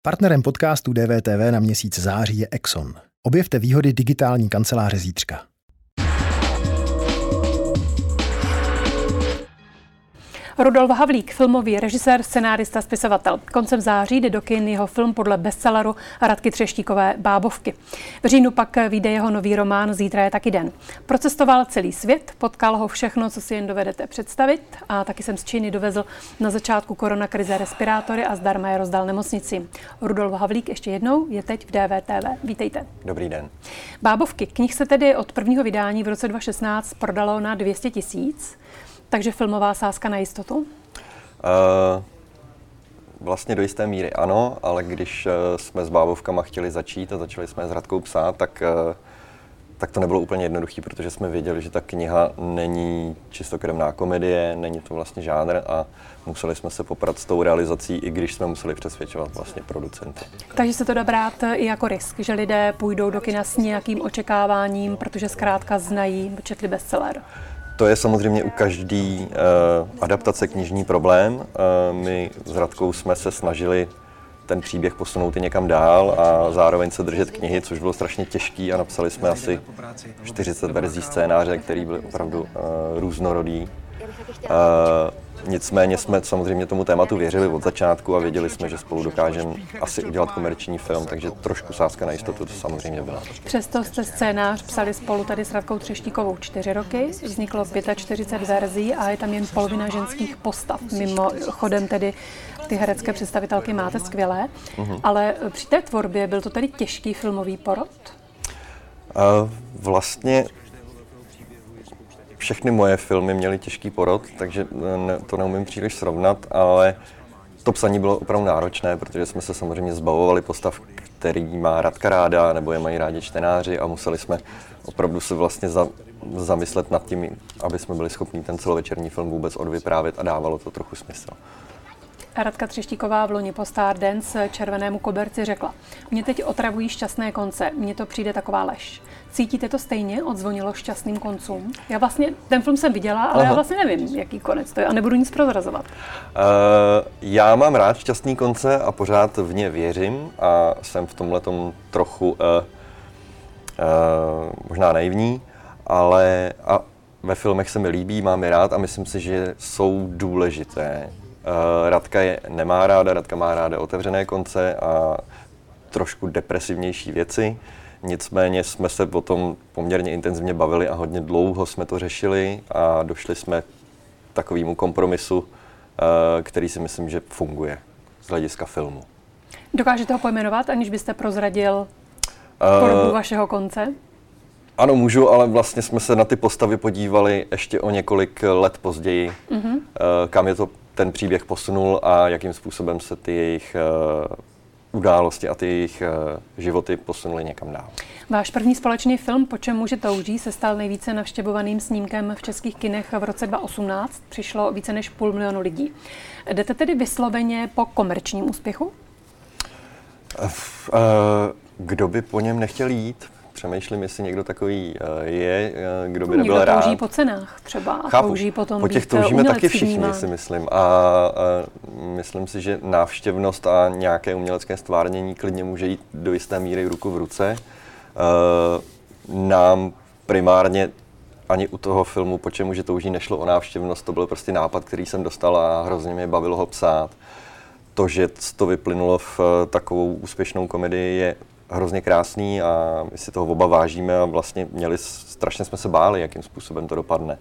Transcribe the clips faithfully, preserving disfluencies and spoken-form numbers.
Partnerem podcastu D V T V na měsíc září je Exxon. Objevte výhody digitální kanceláře zítřka. Rudolf Havlík, filmový režisér, scenárista, spisovatel. Koncem září jde do kin jeho film podle bestselleru Radky Třeštíkové Bábovky. V říjnu pak vyjde jeho nový román Zítra je taky den. Procestoval celý svět, potkal ho všechno, co si jen dovedete představit, a taky jsem z Číny dovezl na začátku koronakrize respirátory a zdarma je rozdal nemocnici. Rudolf Havlík ještě jednou je teď v D V T V. Vítejte. Dobrý den. Bábovky. Knih se tedy od prvního vydání v roce dva tisíce šestnáct prodalo na dvě stě tisíc. Takže filmová sázka na jistotu? Uh, vlastně do jisté míry ano, ale když uh, jsme s Bábovkama chtěli začít a začali jsme s Radkou psát, tak, uh, tak to nebylo úplně jednoduché, protože jsme věděli, že ta kniha není čistokrevná komedie, není to vlastně žánr a museli jsme se poprat s tou realizací, i když jsme museli přesvědčovat vlastně producenty. Takže se to dá brát i jako risk, že lidé půjdou do kina s nějakým očekáváním, protože zkrátka znají, četli bestseller. To je samozřejmě u každé uh, adaptace knižní problém. Uh, my s Radkou jsme se snažili ten příběh posunout i někam dál a zároveň se držet knihy, což bylo strašně těžký a napsali jsme asi čtyřicet verzí scénáře, které byly opravdu uh, různorodý. Uh, nicméně jsme samozřejmě tomu tématu věřili od začátku a věděli jsme, že spolu dokážeme asi udělat komerční film, takže trošku sázka na jistotu to samozřejmě byla. Přesto jste scénář psali spolu tady s Radkou Třeštíkovou čtyři roky, vzniklo čtyřicet pět verzí a je tam jen polovina ženských postav. Mimochodem tedy ty herecké představitelky máte skvělé, uh-huh. ale při té tvorbě byl to tedy těžký filmový porod? Uh, vlastně všechny moje filmy měly těžký porod, takže ne, to neumím příliš srovnat, ale to psaní bylo opravdu náročné, protože jsme se samozřejmě zbavovali postav, který má Radka ráda, nebo je mají rádi čtenáři a museli jsme opravdu se vlastně za, zamyslet nad tím, aby jsme byli schopni ten celovečerní film vůbec odvyprávět a dávalo to trochu smysl. Radka Třeštíková v loni po Stardance Červenému koberci řekla: "Mě teď otravují šťastné konce, mně to přijde taková lež." Cítíte to stejně? Odzvonilo šťastným koncům? Já vlastně ten film jsem viděla, ale Aha. já vlastně nevím, jaký konec to je a nebudu nic prozrazovat. Uh, já mám rád šťastný konce a pořád v ně věřím a jsem v tomhletom trochu uh, uh, možná naivní, ale a ve filmech se mi líbí, mám je rád a myslím si, že jsou důležité. Uh, Radka je nemá ráda, Radka má ráda otevřené konce a trošku depresivnější věci. Nicméně jsme se o tom poměrně intenzivně bavili a hodně dlouho jsme to řešili a došli jsme k takovému kompromisu, uh, který si myslím, že funguje z hlediska filmu. Dokážete ho pojmenovat, aniž byste prozradil podobu uh, vašeho konce? Ano, můžu, ale vlastně jsme se na ty postavy podívali ještě o několik let později, uh-huh. uh, kam je to ten příběh posunul a jakým způsobem se ty jejich uh, události a ty jejich uh, životy posunuly někam dál. Váš první společný film Po čem muži touží se stal nejvíce navštěvovaným snímkem v českých kinech v roce dva tisíce osmnáct. Přišlo více než půl milionu lidí. Jdete tedy vysloveně po komerčním úspěchu? Uh, uh, kdo by po něm nechtěl jít? Přemýšlím, jestli někdo takový uh, je, uh, kdo by nebyl rád. Někdo touží po cenách třeba a Chápu. touží potom po těch být toužíme taky všichni, vnímán. Si myslím. A, a myslím si, že návštěvnost a nějaké umělecké stvárnění klidně může jít do jisté míry ruku v ruce. Uh, nám primárně ani u toho filmu Po čem muži touží nešlo o návštěvnost, to byl prostě nápad, který jsem dostal a hrozně mě bavilo ho psát. To, že to vyplynulo v takovou úspěšnou komedii, je hrozně krásný a my si toho oba vážíme a vlastně měli, strašně jsme se báli, jakým způsobem to dopadne.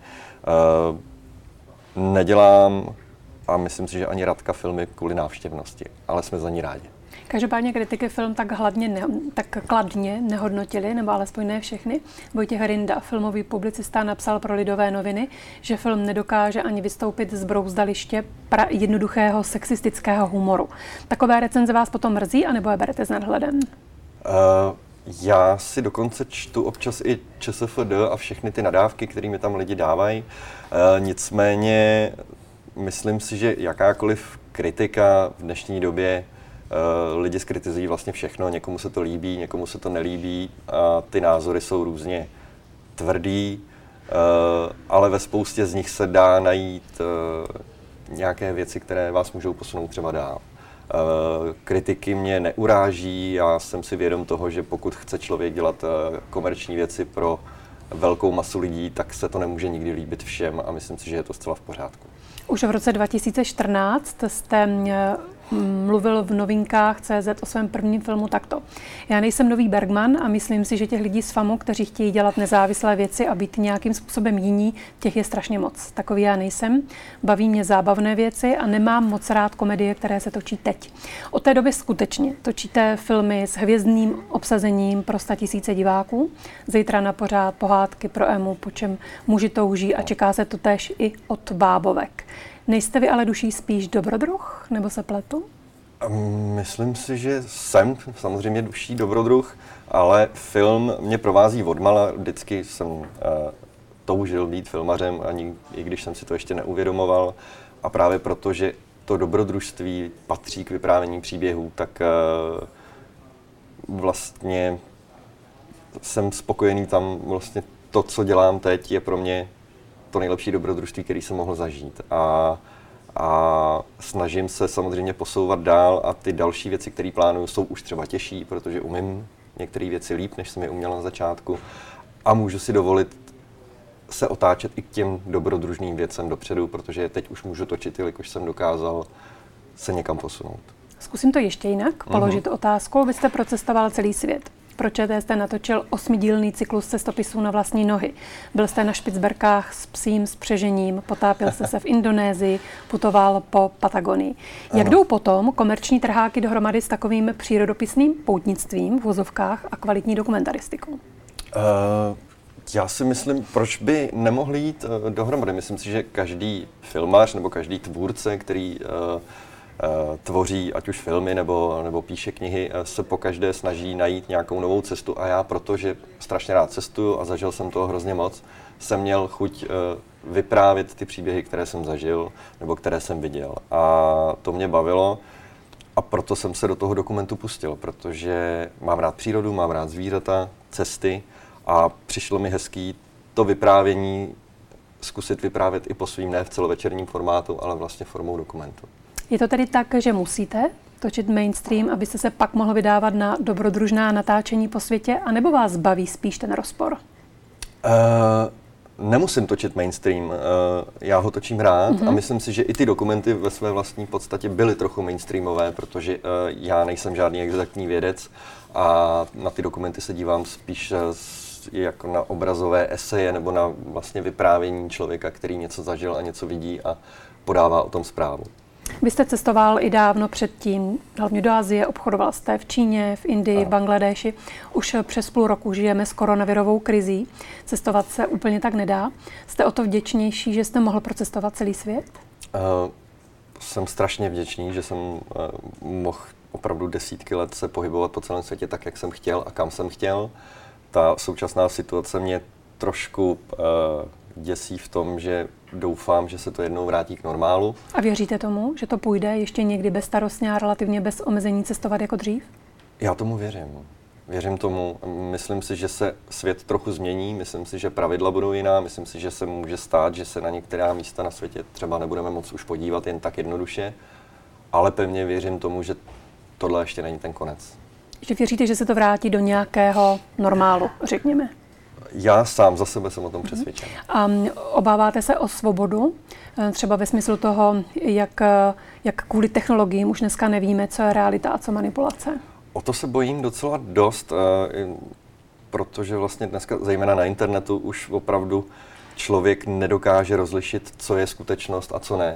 Uh, nedělám a myslím si, že ani Radka filmy kvůli návštěvnosti, ale jsme za ní rádi. Každopádně kritiky film tak hladně, ne, tak kladně nehodnotili, nebo alespoň ne všechny. Vojtěch Rinda, filmový publicista, napsal pro Lidové noviny, že film nedokáže ani vystoupit z brouzdaliště pra jednoduchého sexistického humoru. Takové recenze vás potom mrzí, anebo je berete s nadhledem? Uh, já si dokonce čtu občas i ČSFD a všechny ty nadávky, které mi tam lidi dávají. Uh, nicméně myslím si, že jakákoliv kritika v dnešní době uh, lidi skritizují vlastně všechno. Někomu se to líbí, někomu se to nelíbí a ty názory jsou různě tvrdý, uh, ale ve spoustě z nich se dá najít uh, nějaké věci, které vás můžou posunout třeba dál. Kritiky mě neuráží, já jsem si vědom toho, že pokud chce člověk dělat komerční věci pro velkou masu lidí, tak se to nemůže nikdy líbit všem a myslím si, že je to zcela v pořádku. Už v roce dva tisíce čtrnáct jste mluvil v Novinkách C Z o svém prvním filmu takto. Já nejsem nový Bergman a myslím si, že těch lidí z FAMu, kteří chtějí dělat nezávislé věci a být nějakým způsobem jiní, těch je strašně moc. Takový já nejsem. Baví mě zábavné věci a nemám moc rád komedie, které se točí teď. Od té doby skutečně točíte filmy s hvězdným obsazením pro statisíce diváků. Zítra na pořád pohádky pro Emu, po čem muži touží a čeká se to též i od bábovek. Nejste vy ale duší spíš dobrodruh, nebo se pletu? Myslím si, že jsem samozřejmě duší dobrodruh, ale film mě provází odmala. Vždycky jsem uh, toužil být filmařem, ani i když jsem si to ještě neuvědomoval. A právě proto, že to dobrodružství patří k vyprávění příběhů, tak uh, vlastně jsem spokojený tam. Vlastně to, co dělám teď, je pro mě to nejlepší dobrodružství, který jsem mohl zažít. A, a snažím se samozřejmě posouvat dál a ty další věci, které plánuju, jsou už třeba těžší, protože umím některé věci líp, než jsem je uměl na začátku. A můžu si dovolit se otáčet i k těm dobrodružným věcem dopředu, protože teď už můžu točit, jelikož jsem dokázal se někam posunout. Zkusím to ještě jinak, položit uh-huh. otázku. Vy jste procestoval celý svět. Pro ČT jste natočil osmidílný cyklus cestopisů na vlastní nohy. Byl jste na Špicberkách s psím spřežením, potápil jste se v Indonésii, putoval po Patagonii. Jak jdou potom komerční trháky dohromady s takovým přírodopisným poutnictvím v vozovkách a kvalitní dokumentaristikou? Uh, já si myslím, proč by nemohli jít uh, dohromady. Myslím si, že každý filmař nebo každý tvůrce, který uh, tvoří ať už filmy nebo, nebo píše knihy, se pokaždé snaží najít nějakou novou cestu a já, protože strašně rád cestuju a zažil jsem toho hrozně moc, jsem měl chuť vyprávět ty příběhy, které jsem zažil nebo které jsem viděl. A to mě bavilo a proto jsem se do toho dokumentu pustil, protože mám rád přírodu, mám rád zvířata, cesty a přišlo mi hezký to vyprávění zkusit vyprávět i po svým, ne v celovečerním formátu, ale vlastně formou dokumentu. Je to tedy tak, že musíte točit mainstream, abyste se pak mohl vydávat na dobrodružná natáčení po světě, anebo vás baví spíš ten rozpor? Uh, nemusím točit mainstream, uh, já ho točím rád uh-huh. a myslím si, že i ty dokumenty ve své vlastní podstatě byly trochu mainstreamové, protože uh, já nejsem žádný exaktní vědec a na ty dokumenty se dívám spíš uh, jako na obrazové eseje nebo na vlastně vyprávění člověka, který něco zažil a něco vidí a podává o tom zprávu. Vy jste cestoval i dávno předtím, hlavně do Asie, obchodoval jste v Číně, v Indii, v Bangladeši. Už přes půl roku žijeme s koronavirovou krizí. Cestovat se úplně tak nedá. Jste o to vděčnější, že jste mohl procestovat celý svět? Uh, jsem strašně vděčný, že jsem uh, mohl opravdu desítky let se pohybovat po celém světě tak, jak jsem chtěl a kam jsem chtěl. Ta současná situace mě trošku uh, děsí v tom, že doufám, že se to jednou vrátí k normálu. A věříte tomu, že to půjde ještě někdy bezstarostně a relativně bez omezení cestovat jako dřív? Já tomu věřím. Věřím tomu. Myslím si, že se svět trochu změní, myslím si, že pravidla budou jiná, myslím si, že se může stát, že se na některá místa na světě třeba nebudeme moc už podívat jen tak jednoduše, ale pevně věřím tomu, že tohle ještě není ten konec. Že věříte, že se to vrátí do nějakého normálu, řekněme? Já sám za sebe jsem o tom přesvědčen. A obáváte se o svobodu? Třeba ve smyslu toho, jak, jak kvůli technologiím už dneska nevíme, co je realita a co manipulace? O to se bojím docela dost, protože vlastně dneska, zejména na internetu, už opravdu člověk nedokáže rozlišit, co je skutečnost a co ne.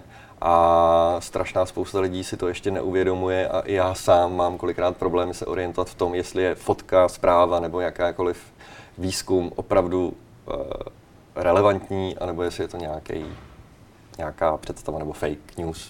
A strašná spousta lidí si to ještě neuvědomuje a i já sám mám kolikrát problémy se orientovat v tom, jestli je fotka, zpráva nebo jakákoliv výzkum opravdu uh, relevantní, anebo jestli je to nějaký, nějaká představa nebo fake news.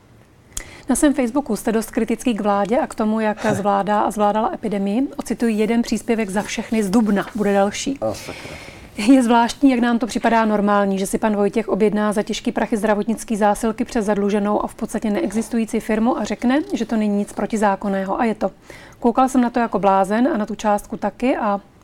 Na svém Facebooku jste dost kritický k vládě a k tomu, jak zvládá a zvládala epidemii. Ocituji jeden příspěvek za všechny z dubna, bude další. A, sakra. Je zvláštní, jak nám to připadá normální, že si pan Vojtěch objedná za těžký prachy zdravotnické zásilky přes zadluženou a v podstatě neexistující firmu a řekne, že to není nic protizákonného. A je to. Koukal jsem na to jako blázen a na tu částku taky a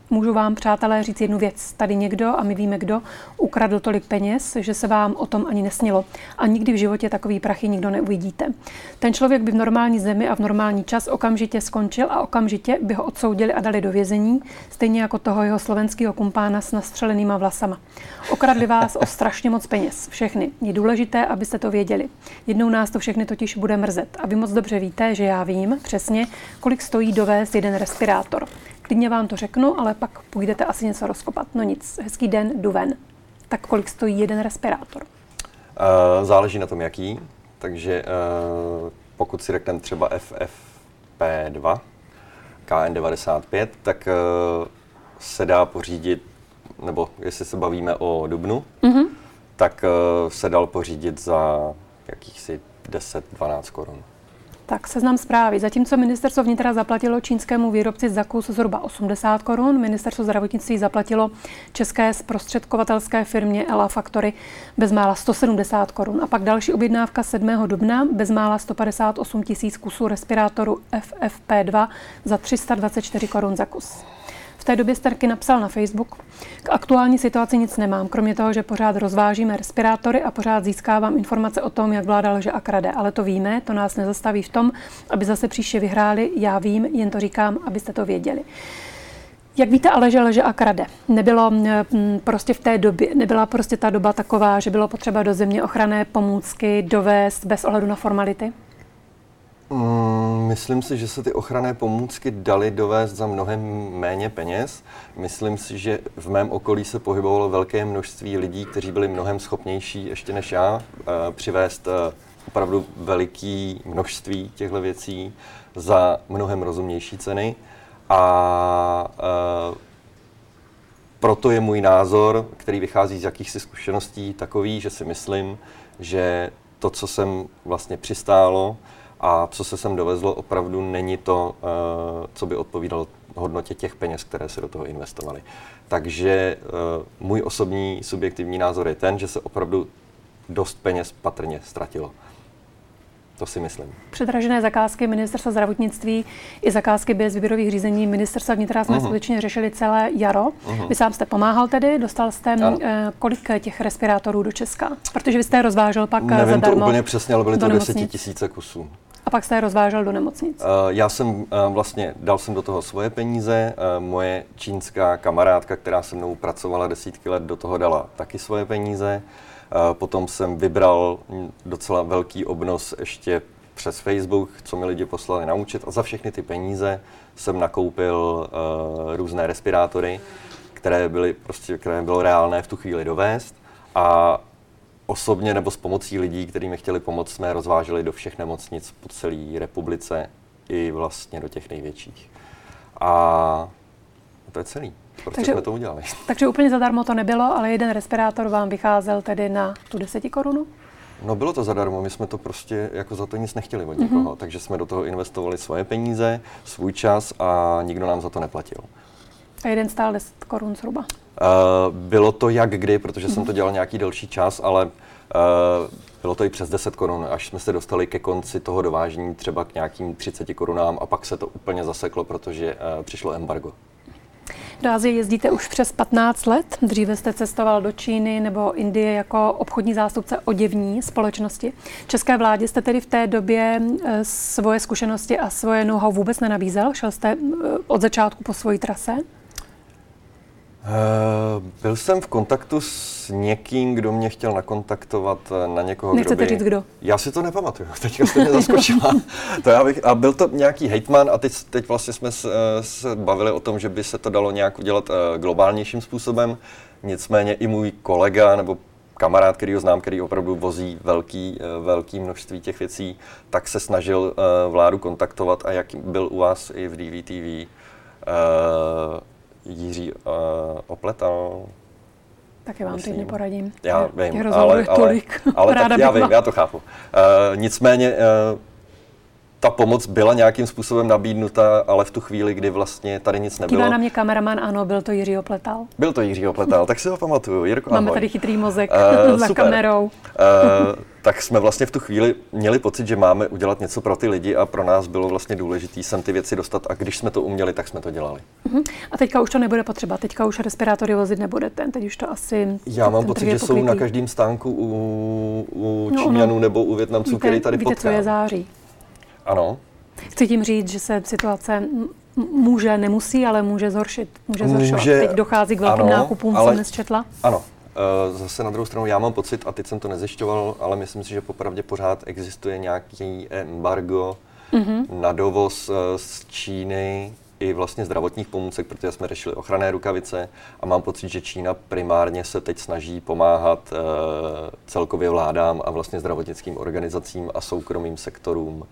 můžu vám, přátelé, říct jednu věc. Tady někdo, a my víme kdo, ukradl tolik peněz, že se vám o tom ani nesnilo. A nikdy v životě takový prachy nikdo neuvidíte. Ten člověk by v normální zemi a v normální čas okamžitě skončil a okamžitě by ho odsoudili a dali do vězení, stejně jako toho jeho slovenského kumpána s nastřelenýma vlasama. Okradli vás o strašně moc peněz, všechny. Je důležité, abyste to věděli. Jednou nás to všechny totiž bude mrzet. A vy moc dobře víte, že já vím přesně, kolik stojí dovést jeden respirátor. Klidně vám to řeknu, ale pak půjdete asi něco rozkopat. No nic, hezký den, jdu ven. Tak kolik stojí jeden respirátor? Uh, záleží na tom, jaký. Takže uh, pokud si řekneme třeba F F P dva, K N devadesát pět, tak uh, se dá pořídit, nebo jestli se bavíme o dubnu, mm-hmm. tak uh, se dal pořídit za jakýchsi deset dvanáct korun. Tak seznam zprávy. Zatímco ministerstvo vnitra zaplatilo čínskému výrobci za kus zhruba osmdesát korun, ministerstvo zdravotnictví zaplatilo české zprostředkovatelské firmě Ela Factory bezmála sto sedmdesát korun. A pak další objednávka sedmého dubna bezmála sto padesát osm tisíc kusů respirátoru F F P dva za tři sta dvacet čtyři korun za kus. V té době jste taky napsal na Facebook: k aktuální situaci nic nemám, kromě toho, že pořád rozvážíme respirátory a pořád získávám informace o tom, jak vláda lže a krade. Ale to víme, to nás nezastaví v tom, aby zase příště vyhráli. Já vím, jen to říkám, abyste to věděli. Jak víte, ale že lže a krade. Nebylo prostě v té době, nebyla prostě ta doba taková, že bylo potřeba do země ochranné pomůcky dovést bez ohledu na formality? Mm, myslím si, že se ty ochranné pomůcky daly dovést za mnohem méně peněz. Myslím si, že v mém okolí se pohybovalo velké množství lidí, kteří byli mnohem schopnější ještě než já eh, přivést eh, opravdu veliké množství těchto věcí za mnohem rozumnější ceny. A eh, proto je můj názor, který vychází z jakýchsi zkušeností, takový, že si myslím, že to, co sem vlastně přistálo, a co se sem dovezlo, opravdu není to, co by odpovídalo hodnotě těch peněz, které se do toho investovali. Takže můj osobní subjektivní názor je ten, že se opravdu dost peněz patrně ztratilo. To si myslím. Předražené zakázky ministerstva zdravotnictví i zakázky bez výběrových řízení ministerstva vnitra jsme uh-huh. skutečně řešili celé jaro. Uh-huh. Vy sám jste pomáhal tedy, dostal jste uh, kolik těch respirátorů do Česka? Protože vy jste je rozvážel pak Nevím zadarmo. Nevím to úplně přesně, ale byly to desetitisíce kusů. A pak jste je rozvážel do nemocnic? Uh, já jsem uh, vlastně, dal jsem do toho svoje peníze, uh, moje čínská kamarádka, která se mnou pracovala desítky let, do toho dala taky svoje peníze. Uh, potom jsem vybral docela velký obnos ještě přes Facebook, co mi lidi poslali na účet, a za všechny ty peníze jsem nakoupil uh, různé respirátory, které byly prostě, které bylo reálné v tu chvíli dovést, a osobně nebo s pomocí lidí, kteří mi chtěli pomoct, jsme rozváželi do všech nemocnic po celé republice i vlastně do těch největších. A to je celý. Prostě takže jsme to udělali. Takže úplně zadarmo to nebylo, ale jeden respirátor vám vycházel tedy na tu deseti korunu? No bylo to zadarmo, my jsme to prostě jako za to nic nechtěli od nikoho, mm-hmm. takže jsme do toho investovali svoje peníze, svůj čas a nikdo nám za to neplatil. A jeden stál deset korun zhruba? Uh, bylo to jak kdy, protože mm-hmm. jsem to dělal nějaký delší čas, ale uh, bylo to i přes deset korun, až jsme se dostali ke konci toho dovážení třeba k nějakým třiceti korunám, a pak se to úplně zaseklo, protože uh, přišlo embargo. Do Asie jezdíte už přes patnáct let. Dříve jste cestoval do Číny nebo Indie jako obchodní zástupce oděvní společnosti. České vládě jste tedy v té době svoje zkušenosti a svoje know-how vůbec nenabízel? Šel jste od začátku po svojí trase? Uh, byl jsem v kontaktu s někým, kdo mě chtěl nakontaktovat na někoho, Nechcete kdo by... říct kdo? Já si to nepamatuju, teďka jste mě zaskočila. to já bych... A byl to nějaký hejtman a teď, teď vlastně jsme se, se bavili o tom, že by se to dalo nějak udělat uh, globálnějším způsobem. Nicméně i můj kolega nebo kamarád, který ho znám, který opravdu vozí velký, uh, velký množství těch věcí, tak se snažil uh, vládu kontaktovat, a jak byl u vás i v D V T V, uh, Jiří uh, Opletal. Taky vám teď neporadím. Já vím, ale, ale, tolik. ale tak já vím, já to chápu. Uh, nicméně uh, ta pomoc byla nějakým způsobem nabídnuta, ale v tu chvíli, kdy vlastně tady nic nebylo. Kývá na mě kameraman, ano, byl to Jiří Opletal. Byl to Jiří Opletal, tak si ho pamatuju. Jirko, Máme ahoj. tady chytrý mozek uh, za super. kamerou. uh, tak jsme vlastně v tu chvíli měli pocit, že máme udělat něco pro ty lidi a pro nás bylo vlastně důležité sem ty věci dostat a když jsme to uměli, tak jsme to dělali. Uh-huh. A teďka už to nebude potřeba, teďka už respirátory vozit nebudete, teď už to asi... Já mám pocit, že pokrytý. Jsou na každém stánku u, u no, Číňanů no. nebo u Vietnamců, který tady potkám. Víte, co je září? Ano. Chci tím říct, že se situace může, nemusí, ale může zhoršit. Může zhoršovat. Může, teď dochází k velkým ano, nákupům, ale, jsem nesčetla. Ano. Zase na druhou stranu já mám pocit, a teď jsem to nezjišťoval, ale myslím si, že popravdě pořád existuje nějaký embargo mm-hmm. na dovoz z Číny i vlastně zdravotních pomůcek, protože jsme řešili ochranné rukavice a mám pocit, že Čína primárně se teď snaží pomáhat celkově vládám a vlastně zdravotnickým organizacím a soukromým sektorům.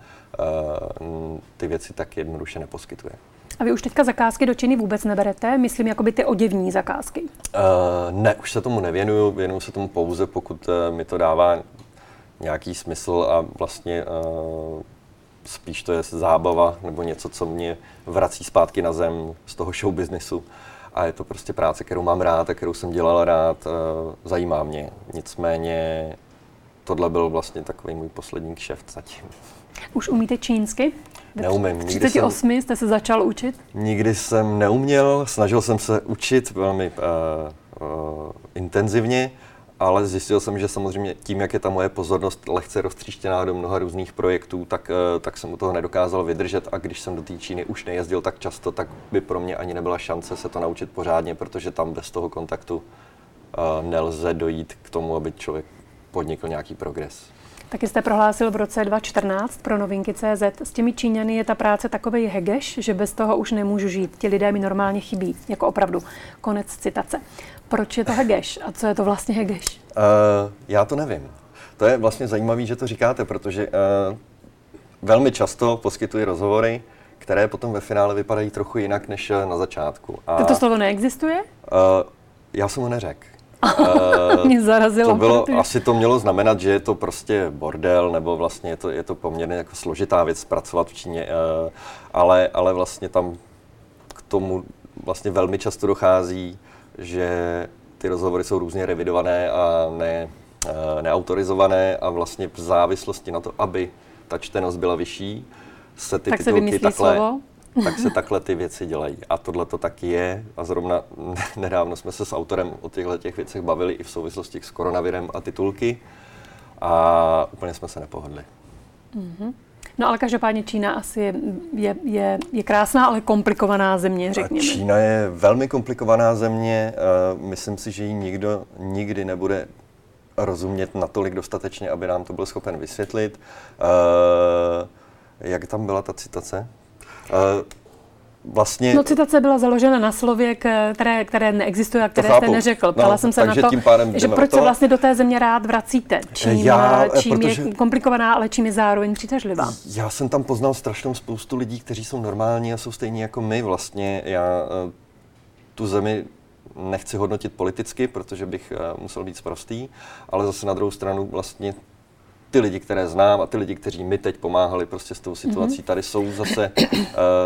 Ty věci tak jednoduše neposkytuje. A vy už teďka zakázky do Číny vůbec neberete? Myslím, jakoby ty oděvní zakázky. Uh, ne, už se tomu nevěnuju, věnuju se tomu pouze, pokud uh, mi to dává nějaký smysl a vlastně uh, spíš to je zábava nebo něco, co mě vrací zpátky na zem z toho show businessu. A je to prostě práce, kterou mám rád a kterou jsem dělal rád, uh, zajímá mě. Nicméně tohle byl vlastně takový můj poslední kšeft zatím. Už umíte čínsky? Neumím. V třiceti osmi jste se začal učit? Nikdy jsem neuměl, snažil jsem se učit velmi uh, uh, intenzivně, ale zjistil jsem, že samozřejmě tím, jak je ta moje pozornost lehce roztříštěná do mnoha různých projektů, tak, uh, tak jsem u toho nedokázal vydržet a když jsem do té Číny už nejezdil tak často, tak by pro mě ani nebyla šance se to naučit pořádně, protože tam bez toho kontaktu uh, nelze dojít k tomu, aby člověk podnikl nějaký progres. Taky jste prohlásil v roce dva tisíce čtrnáct pro novinky tečka cé zet. S těmi Číňany je ta práce takovej hegeš, že bez toho už nemůžu žít. Ti lidé mi normálně chybí, jako opravdu. Konec citace. Proč je to hegeš a co je to vlastně hegeš? Uh, já to nevím. To je vlastně zajímavé, že to říkáte, protože uh, velmi často poskytuji rozhovory, které potom ve finále vypadají trochu jinak než na začátku. A to slovo neexistuje? Uh, já jsem ho neřekl. Uh, Mě zarazilo. To bylo, protože... asi to mělo znamenat, že je to prostě bordel, nebo vlastně je to, je to poměrně jako složitá věc pracovat v Číně, uh, ale, ale vlastně tam k tomu vlastně velmi často dochází, že ty rozhovory jsou různě revidované a ne, uh, neautorizované a vlastně v závislosti na to, aby ta čtenost byla vyšší, se ty tak titulky se takhle... slovo? tak se takhle ty věci dělají. A tohle to tak je. A zrovna nedávno jsme se s autorem o těchto těch věcech bavili i v souvislosti s koronavirem a titulky. A úplně jsme se nepohodli. Mm-hmm. No ale každopádně Čína asi je, je, je, je krásná, ale komplikovaná země, řekněme. Čína je velmi komplikovaná země. Myslím si, že ji nikdo nikdy nebude rozumět natolik dostatečně, aby nám to byl schopen vysvětlit. Jak tam byla ta citace? Uh, vlastně... No citace byla založena na slově, které, které neexistuje a které jste neřekl. Ptala no, jsem se na to, že proč se vlastně do té země rád vracíte. Čím, Já, čím protože... je komplikovaná, ale čím je zároveň přitažlivá. Já jsem tam poznal strašnou spoustu lidí, kteří jsou normální a jsou stejní jako my vlastně. Já uh, tu zemi nechci hodnotit politicky, protože bych uh, musel být sprostý, ale zase na druhou stranu vlastně ty lidi, které znám a ty lidi, kteří mi teď pomáhali prostě s tou situací, mm-hmm. tady jsou zase, uh,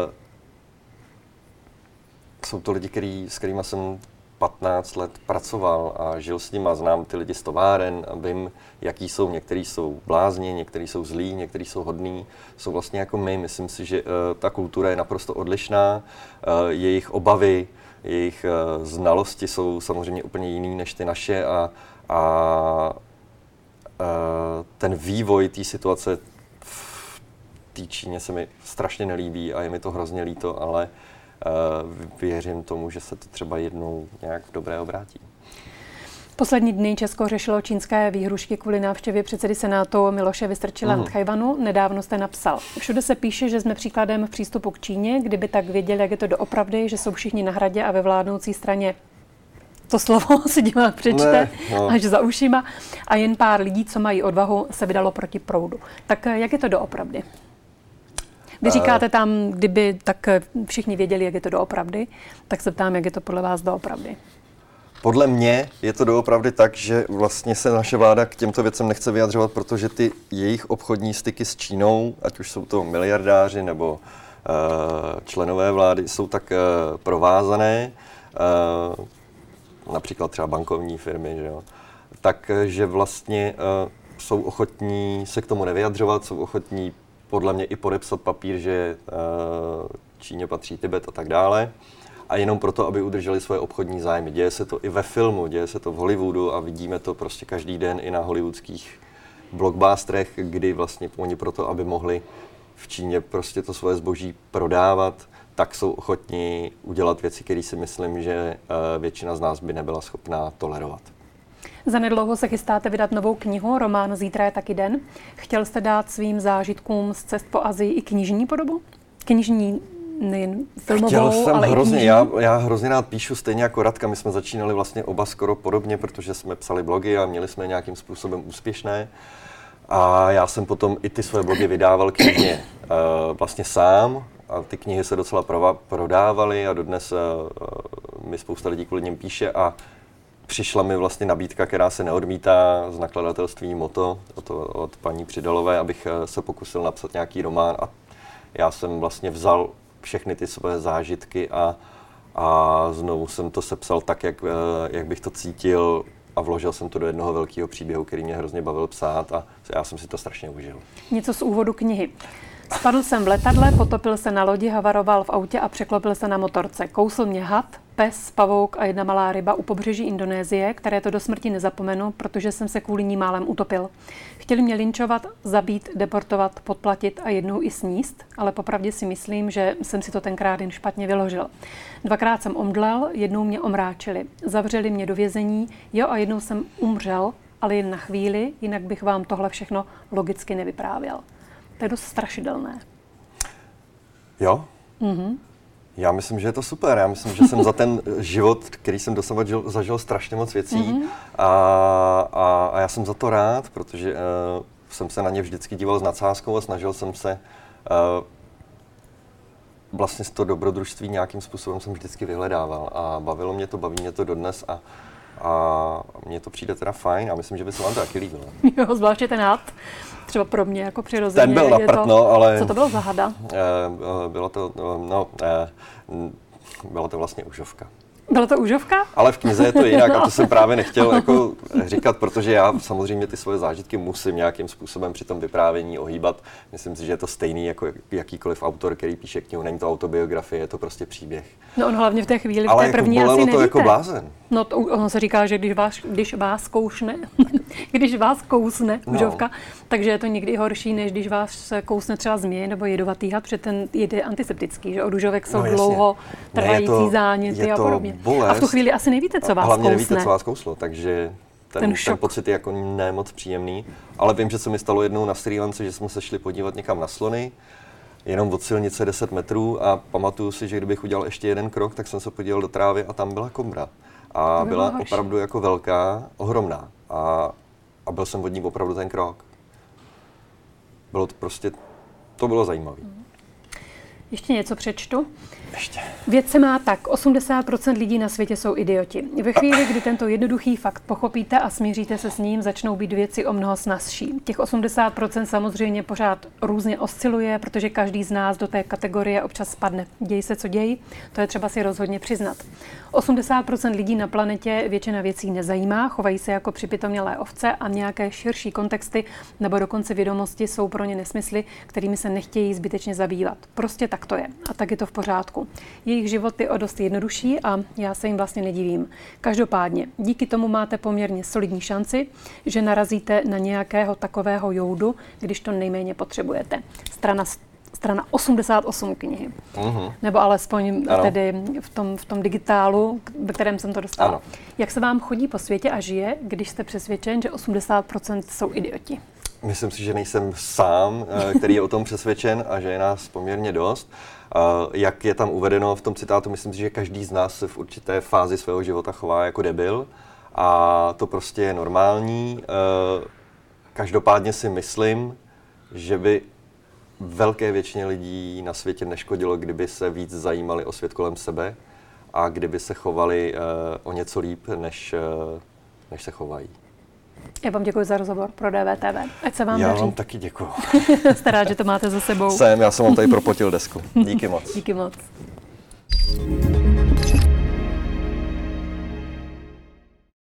jsou to lidi, který, s kterými jsem patnáct let pracoval a žil s nimi a znám ty lidi z továren a vím, jaký jsou. Někteří jsou blázni, někteří jsou zlí, někteří jsou hodní. Jsou vlastně jako my. Myslím si, že uh, ta kultura je naprosto odlišná. Uh, jejich obavy, jejich uh, znalosti jsou samozřejmě úplně jiný než ty naše a, a ten vývoj té situace v té Číně se mi strašně nelíbí a je mi to hrozně líto, ale věřím tomu, že se to třeba jednou nějak v dobré obrátí. Poslední dny Česko řešilo čínské výhrušky kvůli návštěvě předsedy Senátu Miloše Vystrčila mm. na Tchaj-wanu. Nedávno jste napsal. Všude se píše, že jsme příkladem v přístupu k Číně, kdyby tak věděli, jak je to doopravdy, že jsou všichni na hradě a ve vládnoucí straně to slovo si divák přečte ne, no. až za ušima a jen pár lidí, co mají odvahu, se vydalo proti proudu. Tak jak je to doopravdy? Vy říkáte tam, kdyby tak všichni věděli, jak je to doopravdy, tak se ptám, jak je to podle vás doopravdy. Podle mě je to doopravdy tak, že vlastně se naše vláda k těmto věcem nechce vyjadřovat, protože ty jejich obchodní styky s Čínou, ať už jsou to miliardáři nebo uh, členové vlády, jsou tak uh, provázané. Uh, například třeba bankovní firmy, že jo, takže vlastně uh, jsou ochotní se k tomu nevyjadřovat, jsou ochotní podle mě i podepsat papír, že uh, Číně patří Tibet a tak dále. A jenom proto, aby udrželi svoje obchodní zájmy. Děje se to i ve filmu, děje se to v Hollywoodu a vidíme to prostě každý den i na hollywoodských blockbusterech, kdy vlastně oni proto, aby mohli v Číně prostě to svoje zboží prodávat, tak jsou ochotní udělat věci, které si myslím, že většina z nás by nebyla schopná tolerovat. Zanedlouho se chystáte vydat novou knihu, román Zítra je taky den. Chtěl jste dát svým zážitkům z cest po Asii i knižní podobu? Knižní nejen filmovou, Chtěl jsem ale hrozně, i já, já hrozně rád píšu, stejně jako Radka. My jsme začínali vlastně oba skoro podobně, protože jsme psali blogy a měli jsme nějakým způsobem úspěšné. A já jsem potom i ty své blogy vydával knižně uh, vlastně sám. A ty knihy se docela prova- prodávaly a dodnes uh, mi spousta lidí kvůli něm píše. A přišla mi vlastně nabídka, která se neodmítá z nakladatelství Moto od, od paní Přidalové, abych se pokusil napsat nějaký román. A já jsem vlastně vzal všechny ty své zážitky a, a znovu jsem to sepsal tak, jak, jak bych to cítil a vložil jsem to do jednoho velkého příběhu, který mě hrozně bavil psát a já jsem si to strašně užil. Něco z úvodu knihy. Spadl jsem v letadle, potopil se na lodi, havaroval v autě a překlopil se na motorce. Kousl mě had, pes, pavouk a jedna malá ryba u pobřeží Indonésie, které to do smrti nezapomenu, protože jsem se kvůli ní málem utopil. Chtěli mě linčovat, zabít, deportovat, podplatit a jednou i sníst, ale popravdě si myslím, že jsem si to tenkrát jen špatně vyložil. Dvakrát jsem omdlel, jednou mě omráčili. Zavřeli mě do vězení, jo a jednou jsem umřel, ale jen na chvíli, jinak bych vám tohle všechno logicky nevyprávěl. To je dost strašidelné. Jo? Mm-hmm. Já myslím, že je to super. Já myslím, že jsem za ten život, který jsem dosavať žil, zažil strašně moc věcí mm-hmm. a, a, a já jsem za to rád, protože uh, jsem se na ně vždycky díval s nadsázkou a snažil jsem se uh, vlastně z toho dobrodružství nějakým způsobem jsem vždycky vyhledával a bavilo mě to, baví mě to dodnes a A mně to přijde teda fajn a myslím, že by se vám to taky líbilo. Jo, zvláště ten had. Třeba pro mě jako přirozeně. Ten byl na prd, no, ale... Co to bylo za hada? Bylo to, no, byla to vlastně užovka. Byla to užovka? Ale v knize je to jinak a to jsem právě nechtěl jako říkat, protože já samozřejmě ty svoje zážitky musím nějakým způsobem při tom vyprávění ohýbat. Myslím si, že je to stejný jako jakýkoliv autor, který píše knihu. Není to autobiografie, je to prostě příběh. No on hlavně v té chvíli, ale v té první jako asi nevíte. Ale to jako blázen. No to, ono se říká, že když vás, když vás koušne, když vás kousne užovka, no. Takže je to někdy horší, než když vás kousne třeba změj nebo jedovatý had, protože ten jed je antiseptický, že od užovek jsou no, dlouho trvající ne, záněty a podobně. Bolest. A v tu chvíli asi nevíte, co vás hlavně kousne. nevíte, co vás kouslo, takže ten, ten, ten pocit je jako ne moc příjemný. Ale vím, že se mi stalo jednou na Srí Lance, že jsme se šli podívat někam na slony, jenom od silnice deset metrů a pamatuju si, že kdybych udělal ještě jeden krok, tak jsem se podíval do trávy a tam byla kobra. A byla horší. Opravdu jako velká, ohromná. A, a byl jsem od ní opravdu ten krok. Bylo to prostě, to bylo zajímavé. Ještě něco přečtu. Ještě. Věc se má tak, osmdesát procent lidí na světě jsou idioti. Ve chvíli, kdy tento jednoduchý fakt pochopíte a smíříte se s ním, začnou být věci o mnoho snazší. Těch osmdesát procent samozřejmě pořád různě osciluje, protože každý z nás do té kategorie občas spadne. Děj se, co děj, to je třeba si rozhodně přiznat. osmdesát procent lidí na planetě většina věcí nezajímá, chovají se jako připitomělé ovce a nějaké širší kontexty nebo dokonce vědomosti jsou pro ně nesmysly, kterými se nechtějí zbytečně zabývat. Prostě tak to je. A tak je to v pořádku. Jejich život je o dost jednodušší a já se jim vlastně nedivím. Každopádně, díky tomu máte poměrně solidní šanci, že narazíte na nějakého takového joudu, když to nejméně potřebujete. Strana Strana osmdesát osm knihy. Uh-huh. Nebo alespoň ano. tedy v tom, v tom digitálu, ve kterém jsem to dostala. Ano. Jak se vám chodí po světě a žije, když jste přesvědčen, že osmdesát procent jsou idioti? Myslím si, že nejsem sám, který je o tom přesvědčen a že je nás poměrně dost. Jak je tam uvedeno v tom citátu, myslím si, že každý z nás se v určité fázi svého života chová jako debil a to prostě je normální. Každopádně si myslím, že by velké většině lidí na světě neškodilo, kdyby se víc zajímali o svět kolem sebe a kdyby se chovali o něco líp, než, než se chovají. Já vám děkuji za rozhovor pro D V T V. Ať se vám já daří. Já vám taky děkuji. Jste rád, že to máte za sebou. Jsem, já jsem vám tady propotil desku. Díky moc. Díky moc.